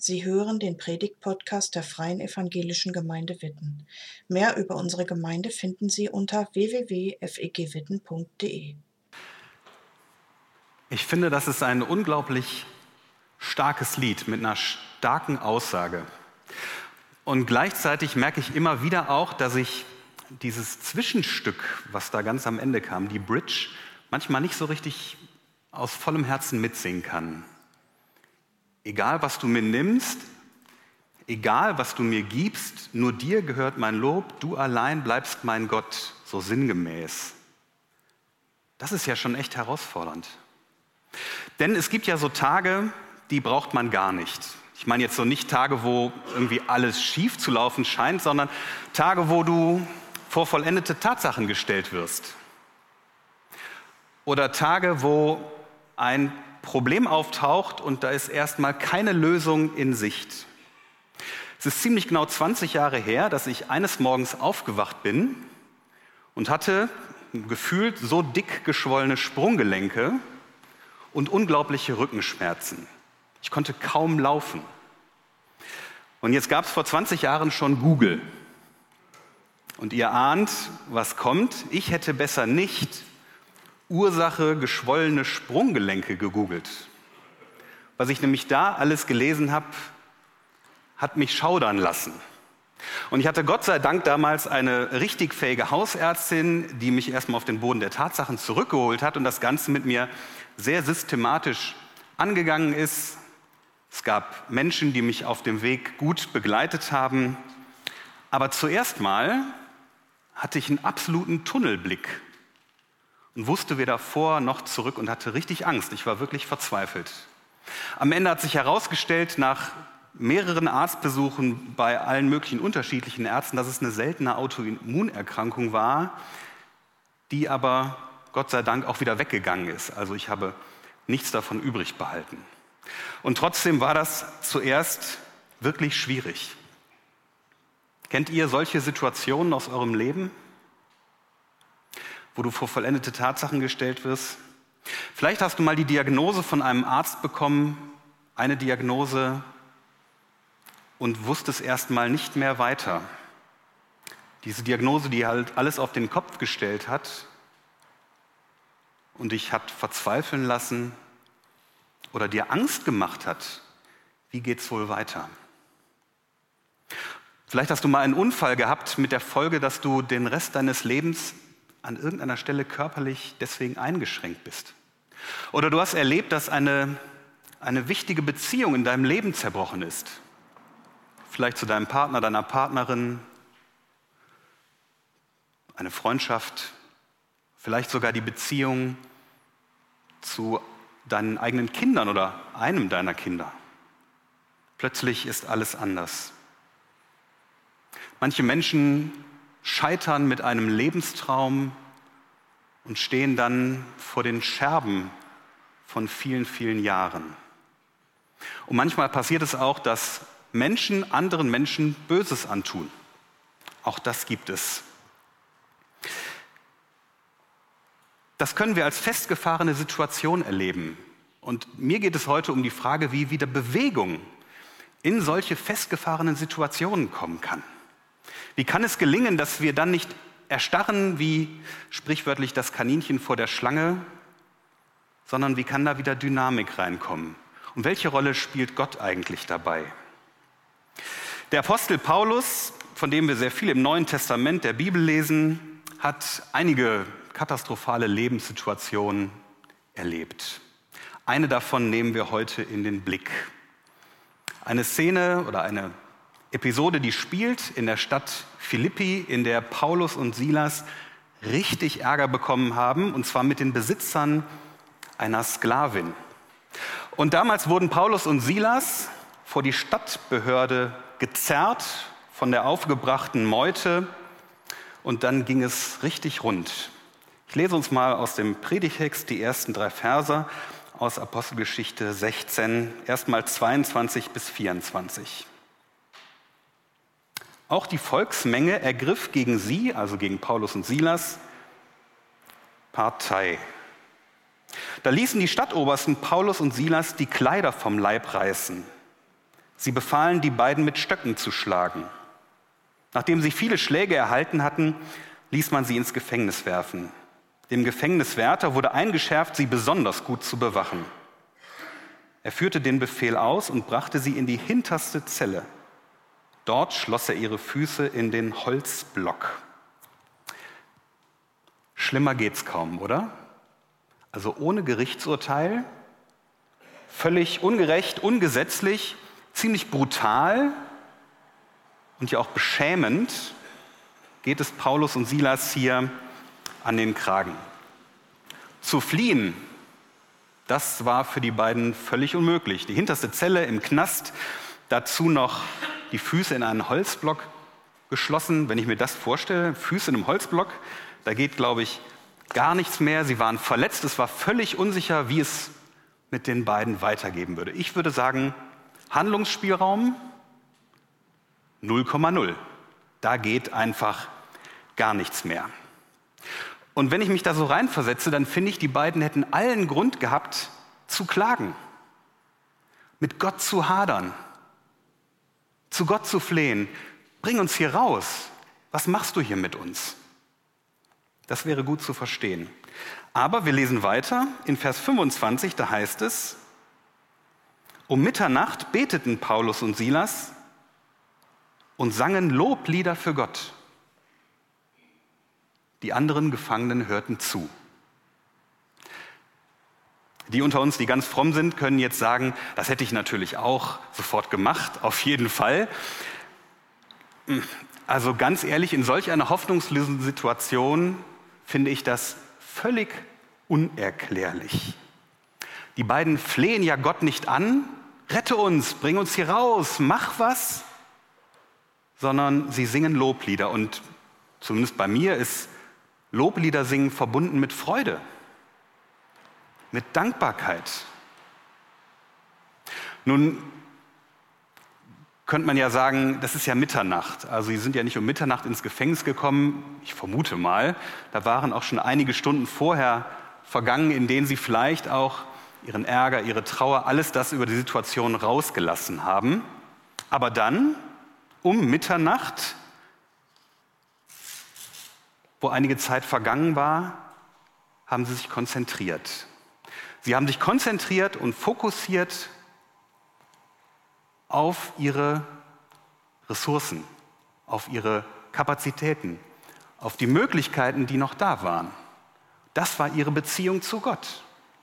Sie hören den Predigt-Podcast der Freien Evangelischen Gemeinde Witten. Mehr über unsere Gemeinde finden Sie unter www.fegwitten.de. Ich finde, das ist ein unglaublich starkes Lied mit einer starken Aussage. Und gleichzeitig merke ich immer wieder auch, dass ich dieses Zwischenstück, was da ganz am Ende kam, die Bridge, manchmal nicht so richtig aus vollem Herzen mitsingen kann. Egal, was du mir nimmst, egal, was du mir gibst, nur dir gehört mein Lob, du allein bleibst mein Gott, so sinngemäß. Das ist ja schon echt herausfordernd. Denn es gibt ja so Tage, die braucht man gar nicht. Ich meine jetzt so nicht Tage, wo irgendwie alles schief zu laufen scheint, sondern Tage, wo du vor vollendete Tatsachen gestellt wirst. Oder Tage, wo ein Problem auftaucht und da ist erstmal keine Lösung in Sicht. Es ist ziemlich genau 20 Jahre her, dass ich eines Morgens aufgewacht bin und hatte gefühlt so dick geschwollene Sprunggelenke und unglaubliche Rückenschmerzen. Ich konnte kaum laufen. Und jetzt gab es vor 20 Jahren schon Google. Und ihr ahnt, was kommt. Ich hätte besser nicht Ursache geschwollene Sprunggelenke gegoogelt. Was ich nämlich da alles gelesen habe, hat mich schaudern lassen. Und ich hatte Gott sei Dank damals eine richtig fähige Hausärztin, die mich erstmal auf den Boden der Tatsachen zurückgeholt hat und das Ganze mit mir sehr systematisch angegangen ist. Es gab Menschen, die mich auf dem Weg gut begleitet haben. Aber zuerst mal hatte ich einen absoluten Tunnelblick und wusste weder vor noch zurück und hatte richtig Angst. Ich war wirklich verzweifelt. Am Ende hat sich herausgestellt, nach mehreren Arztbesuchen bei allen möglichen unterschiedlichen Ärzten, dass es eine seltene Autoimmunerkrankung war, die aber Gott sei Dank auch wieder weggegangen ist. Also ich habe nichts davon übrig behalten. Und trotzdem war das zuerst wirklich schwierig. Kennt ihr solche Situationen aus eurem Leben, wo du vor vollendete Tatsachen gestellt wirst? Vielleicht hast du mal die Diagnose von einem Arzt bekommen, eine Diagnose, und wusstest erst mal nicht mehr weiter. Diese Diagnose, die halt alles auf den Kopf gestellt hat und dich hat verzweifeln lassen oder dir Angst gemacht hat, wie geht's wohl weiter? Vielleicht hast du mal einen Unfall gehabt mit der Folge, dass du den Rest deines Lebens an irgendeiner Stelle körperlich deswegen eingeschränkt bist. Oder du hast erlebt, dass eine wichtige Beziehung in deinem Leben zerbrochen ist. Vielleicht zu deinem Partner, deiner Partnerin, eine Freundschaft, vielleicht sogar die Beziehung zu deinen eigenen Kindern oder einem deiner Kinder. Plötzlich ist alles anders. Manche Menschen scheitern mit einem Lebenstraum und stehen dann vor den Scherben von vielen, vielen Jahren. Und manchmal passiert es auch, dass Menschen anderen Menschen Böses antun. Auch das gibt es. Das können wir als festgefahrene Situation erleben. Und mir geht es heute um die Frage, wie wieder Bewegung in solche festgefahrenen Situationen kommen kann. Wie kann es gelingen, dass wir dann nicht erstarren wie sprichwörtlich das Kaninchen vor der Schlange, sondern wie kann da wieder Dynamik reinkommen? Und welche Rolle spielt Gott eigentlich dabei? Der Apostel Paulus, von dem wir sehr viel im Neuen Testament der Bibel lesen, hat einige katastrophale Lebenssituationen erlebt. Eine davon nehmen wir heute in den Blick. Eine Szene oder eine Episode, die spielt in der Stadt Philippi, in der Paulus und Silas richtig Ärger bekommen haben, und zwar mit den Besitzern einer Sklavin. Und damals wurden Paulus und Silas vor die Stadtbehörde gezerrt von der aufgebrachten Meute und dann ging es richtig rund. Ich lese uns mal aus dem Predigtext die ersten 3 Verse aus Apostelgeschichte 16, erstmal 22 bis 24. Auch die Volksmenge ergriff gegen sie, also gegen Paulus und Silas, Partei. Da ließen die Stadtobersten Paulus und Silas die Kleider vom Leib reißen. Sie befahlen, die beiden mit Stöcken zu schlagen. Nachdem sie viele Schläge erhalten hatten, ließ man sie ins Gefängnis werfen. Dem Gefängniswärter wurde eingeschärft, sie besonders gut zu bewachen. Er führte den Befehl aus und brachte sie in die hinterste Zelle. Dort schloss er ihre Füße in den Holzblock. Schlimmer geht's kaum, oder? Also ohne Gerichtsurteil, völlig ungerecht, ungesetzlich, ziemlich brutal und ja auch beschämend geht es Paulus und Silas hier an den Kragen. Zu fliehen, das war für die beiden völlig unmöglich. Die hinterste Zelle im Knast, dazu noch die Füße in einen Holzblock geschlossen. Wenn ich mir das vorstelle, Füße in einem Holzblock, da geht, glaube ich, gar nichts mehr. Sie waren verletzt, es war völlig unsicher, wie es mit den beiden weitergehen würde. Ich würde sagen, Handlungsspielraum 0,0. Da geht einfach gar nichts mehr. Und wenn ich mich da so reinversetze, dann finde ich, die beiden hätten allen Grund gehabt, zu klagen, mit Gott zu hadern, zu Gott zu flehen. Bring uns hier raus. Was machst du hier mit uns? Das wäre gut zu verstehen. Aber wir lesen weiter in Vers 25, da heißt es: Um Mitternacht beteten Paulus und Silas und sangen Loblieder für Gott. Die anderen Gefangenen hörten zu. Die unter uns, die ganz fromm sind, können jetzt sagen, das hätte ich natürlich auch sofort gemacht, auf jeden Fall. Also ganz ehrlich, in solch einer hoffnungslosen Situation finde ich das völlig unerklärlich. Die beiden flehen ja Gott nicht an, rette uns, bring uns hier raus, mach was, sondern sie singen Loblieder. Und zumindest bei mir ist Loblieder singen verbunden mit Freude, mit Dankbarkeit. Nun könnte man ja sagen, das ist ja Mitternacht. Also sie sind ja nicht um Mitternacht ins Gefängnis gekommen, ich vermute mal. Da waren auch schon einige Stunden vorher vergangen, in denen sie vielleicht auch ihren Ärger, ihre Trauer, alles das über die Situation rausgelassen haben. Aber dann, um Mitternacht, wo einige Zeit vergangen war, haben sie sich konzentriert. Sie haben sich konzentriert und fokussiert auf ihre Ressourcen, auf ihre Kapazitäten, auf die Möglichkeiten, die noch da waren. Das war ihre Beziehung zu Gott.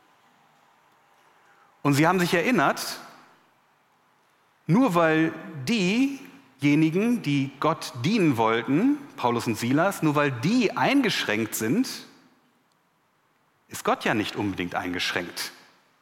Und sie haben sich erinnert, nur weil diejenigen, die Gott dienen wollten, Paulus und Silas, nur weil die eingeschränkt sind, ist Gott ja nicht unbedingt eingeschränkt.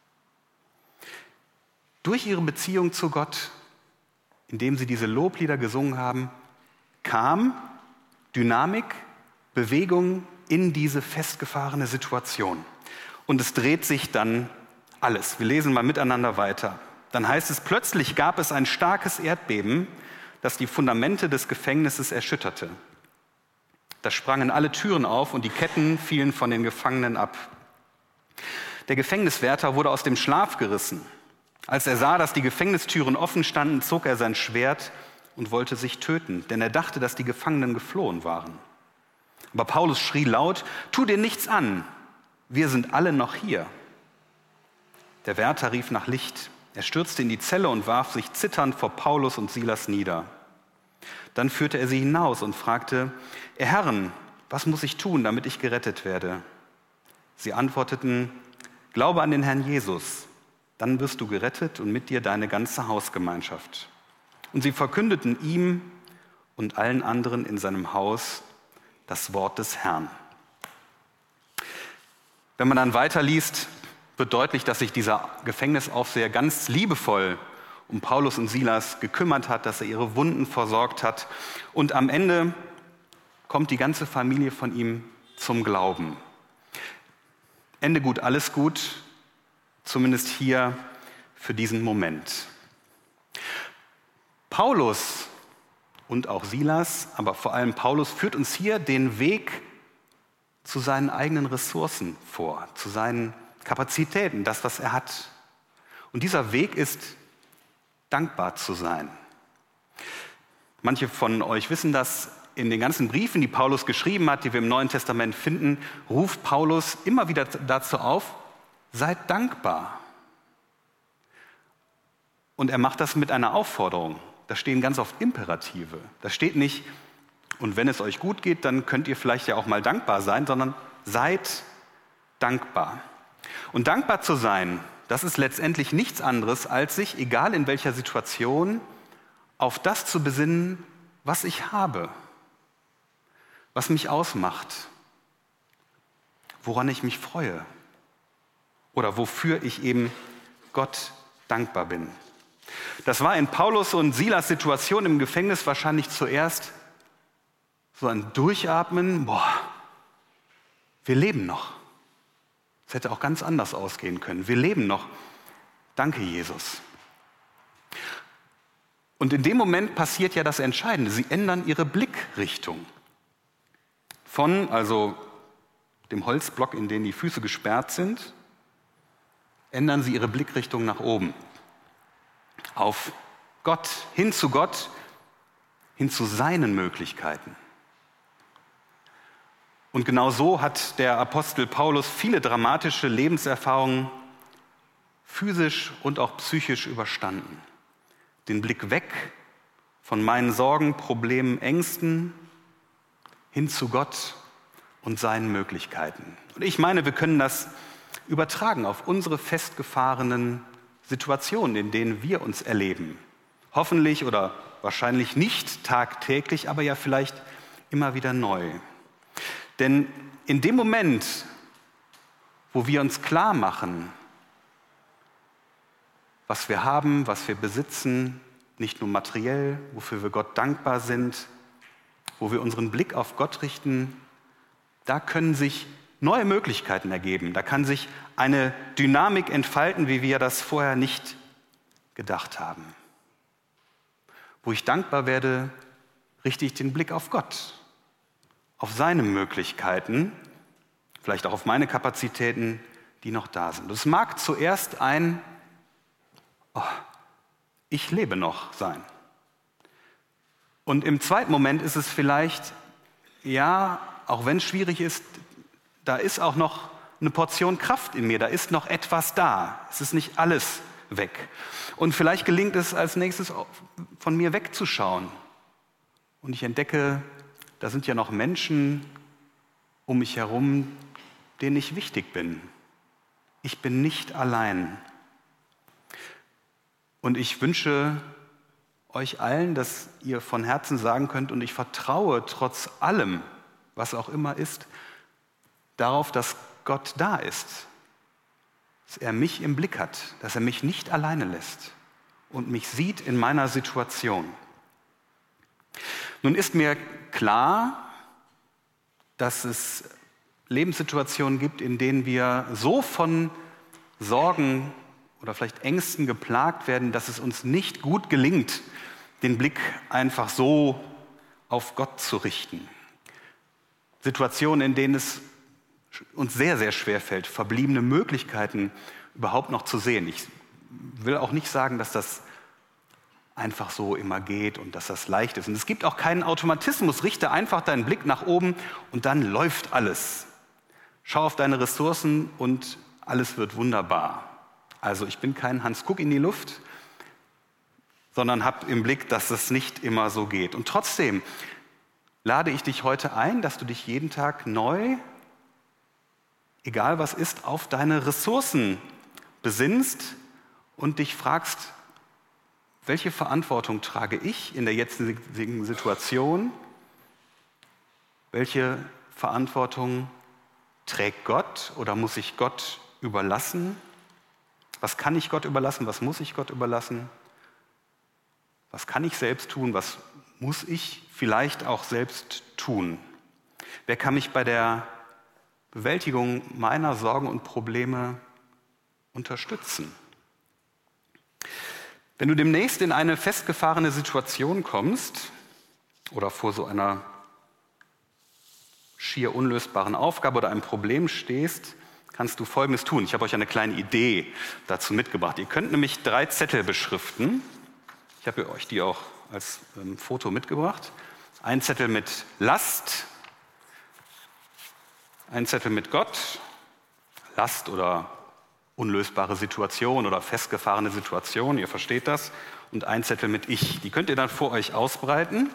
Durch ihre Beziehung zu Gott, indem sie diese Loblieder gesungen haben, kam Dynamik, Bewegung in diese festgefahrene Situation. Und es dreht sich dann alles. Wir lesen mal miteinander weiter. Dann heißt es, plötzlich gab es ein starkes Erdbeben, das die Fundamente des Gefängnisses erschütterte. Da sprangen alle Türen auf und die Ketten fielen von den Gefangenen ab. Der Gefängniswärter wurde aus dem Schlaf gerissen. Als er sah, dass die Gefängnistüren offen standen, zog er sein Schwert und wollte sich töten, denn er dachte, dass die Gefangenen geflohen waren. Aber Paulus schrie laut: Tu dir nichts an, wir sind alle noch hier. Der Wärter rief nach Licht. Er stürzte in die Zelle und warf sich zitternd vor Paulus und Silas nieder. Dann führte er sie hinaus und fragte: Ihr Herren, was muss ich tun, damit ich gerettet werde? Sie antworteten: Glaube an den Herrn Jesus, dann wirst du gerettet und mit dir deine ganze Hausgemeinschaft. Und sie verkündeten ihm und allen anderen in seinem Haus das Wort des Herrn. Wenn man dann weiterliest, wird deutlich, dass sich dieser Gefängnisaufseher ganz liebevoll um Paulus und Silas gekümmert hat, dass er ihre Wunden versorgt hat. Und am Ende kommt die ganze Familie von ihm zum Glauben. Ende gut, alles gut, zumindest hier für diesen Moment. Paulus und auch Silas, aber vor allem Paulus, führt uns hier den Weg zu seinen eigenen Ressourcen vor, zu seinen Kapazitäten, das, was er hat. Und dieser Weg ist dankbar zu sein. Manche von euch wissen das, in den ganzen Briefen, die Paulus geschrieben hat, die wir im Neuen Testament finden, ruft Paulus immer wieder dazu auf, seid dankbar. Und er macht das mit einer Aufforderung. Da stehen ganz oft Imperative. Da steht nicht, und wenn es euch gut geht, dann könnt ihr vielleicht ja auch mal dankbar sein, sondern seid dankbar. Und dankbar zu sein, das ist letztendlich nichts anderes, als sich, egal in welcher Situation, auf das zu besinnen, was ich habe, was mich ausmacht, woran ich mich freue oder wofür ich eben Gott dankbar bin. Das war in Paulus und Silas Situation im Gefängnis wahrscheinlich zuerst so ein Durchatmen, wir leben noch. Es hätte auch ganz anders ausgehen können. Wir leben noch. Danke, Jesus. Und in dem Moment passiert ja das Entscheidende. Sie ändern ihre Blickrichtung. Von also dem Holzblock, in den die Füße gesperrt sind, ändern sie ihre Blickrichtung nach oben. Auf Gott, hin zu seinen Möglichkeiten. Und genau so hat der Apostel Paulus viele dramatische Lebenserfahrungen physisch und auch psychisch überstanden. Den Blick weg von meinen Sorgen, Problemen, Ängsten hin zu Gott und seinen Möglichkeiten. Und ich meine, wir können das übertragen auf unsere festgefahrenen Situationen, in denen wir uns erleben. Hoffentlich oder wahrscheinlich nicht tagtäglich, aber ja vielleicht immer wieder neu. Denn in dem Moment, wo wir uns klar machen, was wir haben, was wir besitzen, nicht nur materiell, wofür wir Gott dankbar sind, wo wir unseren Blick auf Gott richten, da können sich neue Möglichkeiten ergeben. Da kann sich eine Dynamik entfalten, wie wir das vorher nicht gedacht haben. Wo ich dankbar werde, richte ich den Blick auf Gott, auf seine Möglichkeiten, vielleicht auch auf meine Kapazitäten, die noch da sind. Es mag zuerst ein ich lebe noch sein. Und im zweiten Moment ist es vielleicht, ja, auch wenn es schwierig ist, da ist auch noch eine Portion Kraft in mir, da ist noch etwas da. Es ist nicht alles weg. Und vielleicht gelingt es als nächstes von mir wegzuschauen. Und ich entdecke, da sind ja noch Menschen um mich herum, denen ich wichtig bin. Ich bin nicht allein. Und ich wünsche euch allen, dass ihr von Herzen sagen könnt, und ich vertraue trotz allem, was auch immer ist, darauf, dass Gott da ist, dass er mich im Blick hat, dass er mich nicht alleine lässt und mich sieht in meiner Situation. Nun ist mir klar, dass es Lebenssituationen gibt, in denen wir so von Sorgen oder vielleicht Ängsten geplagt werden, dass es uns nicht gut gelingt, den Blick einfach so auf Gott zu richten. Situationen, in denen es uns sehr, sehr schwer fällt, verbliebene Möglichkeiten überhaupt noch zu sehen. Ich will auch nicht sagen, dass das einfach so immer geht und dass das leicht ist. Und es gibt auch keinen Automatismus. Richte einfach deinen Blick nach oben und dann läuft alles. Schau auf deine Ressourcen und alles wird wunderbar. Also ich bin kein Hans Kuck in die Luft, sondern habe im Blick, dass es nicht immer so geht. Und trotzdem lade ich dich heute ein, dass du dich jeden Tag neu, egal was ist, auf deine Ressourcen besinnst und dich fragst, welche Verantwortung trage ich in der jetzigen Situation? Welche Verantwortung trägt Gott oder muss ich Gott überlassen? Was kann ich Gott überlassen? Was muss ich Gott überlassen? Was kann ich selbst tun? Was muss ich vielleicht auch selbst tun? Wer kann mich bei der Bewältigung meiner Sorgen und Probleme unterstützen? Wenn du demnächst in eine festgefahrene Situation kommst oder vor so einer schier unlösbaren Aufgabe oder einem Problem stehst, kannst du Folgendes tun. Ich habe euch eine kleine Idee dazu mitgebracht. Ihr könnt nämlich 3 Zettel beschriften. Ich habe euch die auch als Foto mitgebracht. Ein Zettel mit Last, ein Zettel mit Gott, Last oder unlösbare Situation oder festgefahrene Situation, ihr versteht das, und ein Zettel mit Ich. Die könnt ihr dann vor euch ausbreiten.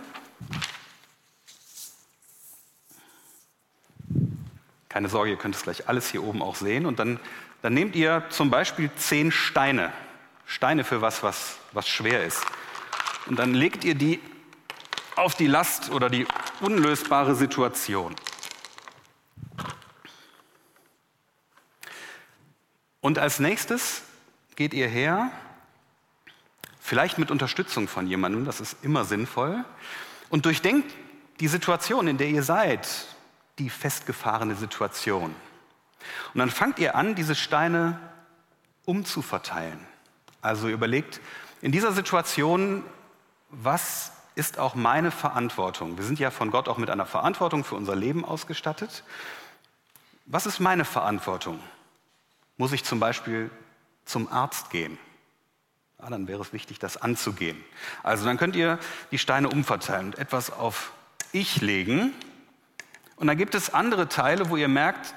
Keine Sorge, ihr könnt es gleich alles hier oben auch sehen. Und dann nehmt ihr zum Beispiel 10 Steine. Steine für was schwer ist. Und dann legt ihr die auf die Last oder die unlösbare Situation. Und als nächstes geht ihr her, vielleicht mit Unterstützung von jemandem, das ist immer sinnvoll, und durchdenkt die Situation, in der ihr seid, die festgefahrene Situation. Und dann fangt ihr an, diese Steine umzuverteilen. Also ihr überlegt, in dieser Situation, was ist auch meine Verantwortung? Wir sind ja von Gott auch mit einer Verantwortung für unser Leben ausgestattet. Was ist meine Verantwortung? Muss ich zum Beispiel zum Arzt gehen? Ja, dann wäre es wichtig, das anzugehen. Also dann könnt ihr die Steine umverteilen und etwas auf Ich legen. Und dann gibt es andere Teile, wo ihr merkt,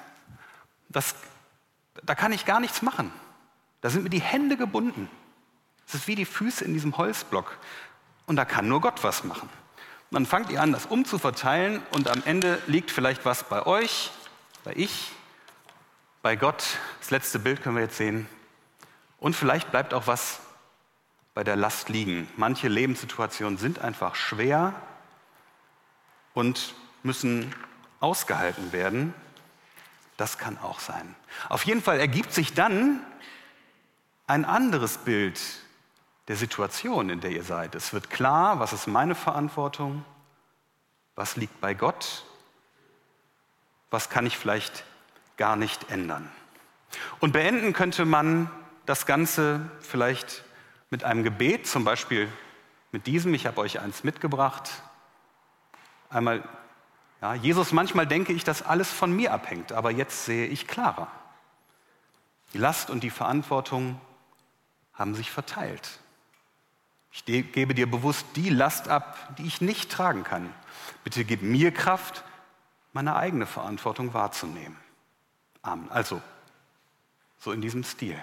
da kann ich gar nichts machen. Da sind mir die Hände gebunden. Es ist wie die Füße in diesem Holzblock. Und da kann nur Gott was machen. Und dann fangt ihr an, das umzuverteilen und am Ende liegt vielleicht was bei euch, bei ich, bei Gott. Das letzte Bild können wir jetzt sehen. Und vielleicht bleibt auch was bei der Last liegen. Manche Lebenssituationen sind einfach schwer und müssen ausgehalten werden. Das kann auch sein. Auf jeden Fall ergibt sich dann ein anderes Bild der Situation, in der ihr seid. Es wird klar, was ist meine Verantwortung, was liegt bei Gott, was kann ich vielleicht gar nicht ändern. Und beenden könnte man das Ganze vielleicht mit einem Gebet, zum Beispiel mit diesem, ich habe euch eins mitgebracht. Einmal, ja, Jesus, manchmal denke ich, dass alles von mir abhängt, aber jetzt sehe ich klarer. Die Last und die Verantwortung haben sich verteilt. Ich gebe dir bewusst die Last ab, die ich nicht tragen kann. Bitte gib mir Kraft, meine eigene Verantwortung wahrzunehmen. Amen. Also, so in diesem Stil.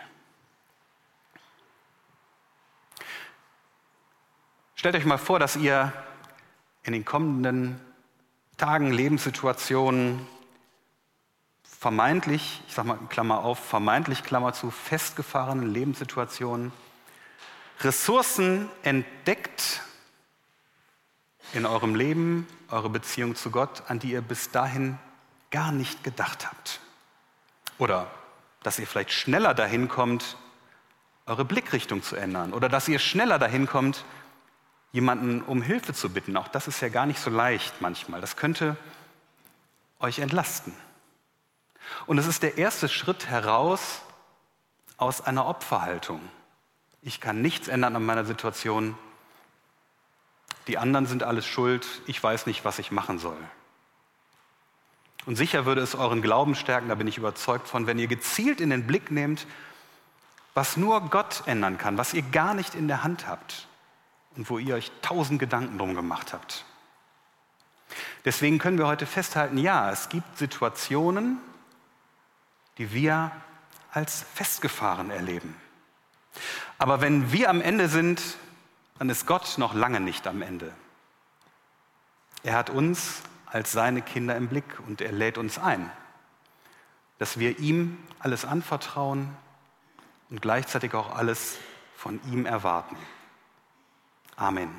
Stellt euch mal vor, dass ihr in den kommenden Tagen, Lebenssituationen vermeintlich, ich sage mal Klammer auf, vermeintlich Klammer zu, festgefahrenen Lebenssituationen Ressourcen entdeckt in eurem Leben, eure Beziehung zu Gott, an die ihr bis dahin gar nicht gedacht habt. Oder dass ihr vielleicht schneller dahin kommt, eure Blickrichtung zu ändern. Oder dass ihr schneller dahin kommt, jemanden um Hilfe zu bitten. Auch das ist ja gar nicht so leicht manchmal. Das könnte euch entlasten. Und es ist der erste Schritt heraus aus einer Opferhaltung. Ich kann nichts ändern an meiner Situation. Die anderen sind alles schuld. Ich weiß nicht, was ich machen soll. Und sicher würde es euren Glauben stärken, da bin ich überzeugt von, wenn ihr gezielt in den Blick nehmt, was nur Gott ändern kann, was ihr gar nicht in der Hand habt und wo ihr euch 1000 Gedanken drum gemacht habt. Deswegen können wir heute festhalten, ja, es gibt Situationen, die wir als festgefahren erleben. Aber wenn wir am Ende sind, dann ist Gott noch lange nicht am Ende. Er hat uns als seine Kinder im Blick und er lädt uns ein, dass wir ihm alles anvertrauen und gleichzeitig auch alles von ihm erwarten. Amen.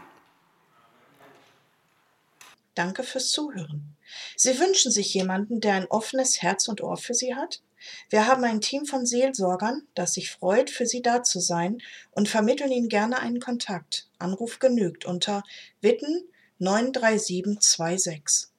Danke fürs Zuhören. Sie wünschen sich jemanden, der ein offenes Herz und Ohr für Sie hat? Wir haben ein Team von Seelsorgern, das sich freut, für Sie da zu sein und vermitteln Ihnen gerne einen Kontakt. Anruf genügt unter Witten 93726.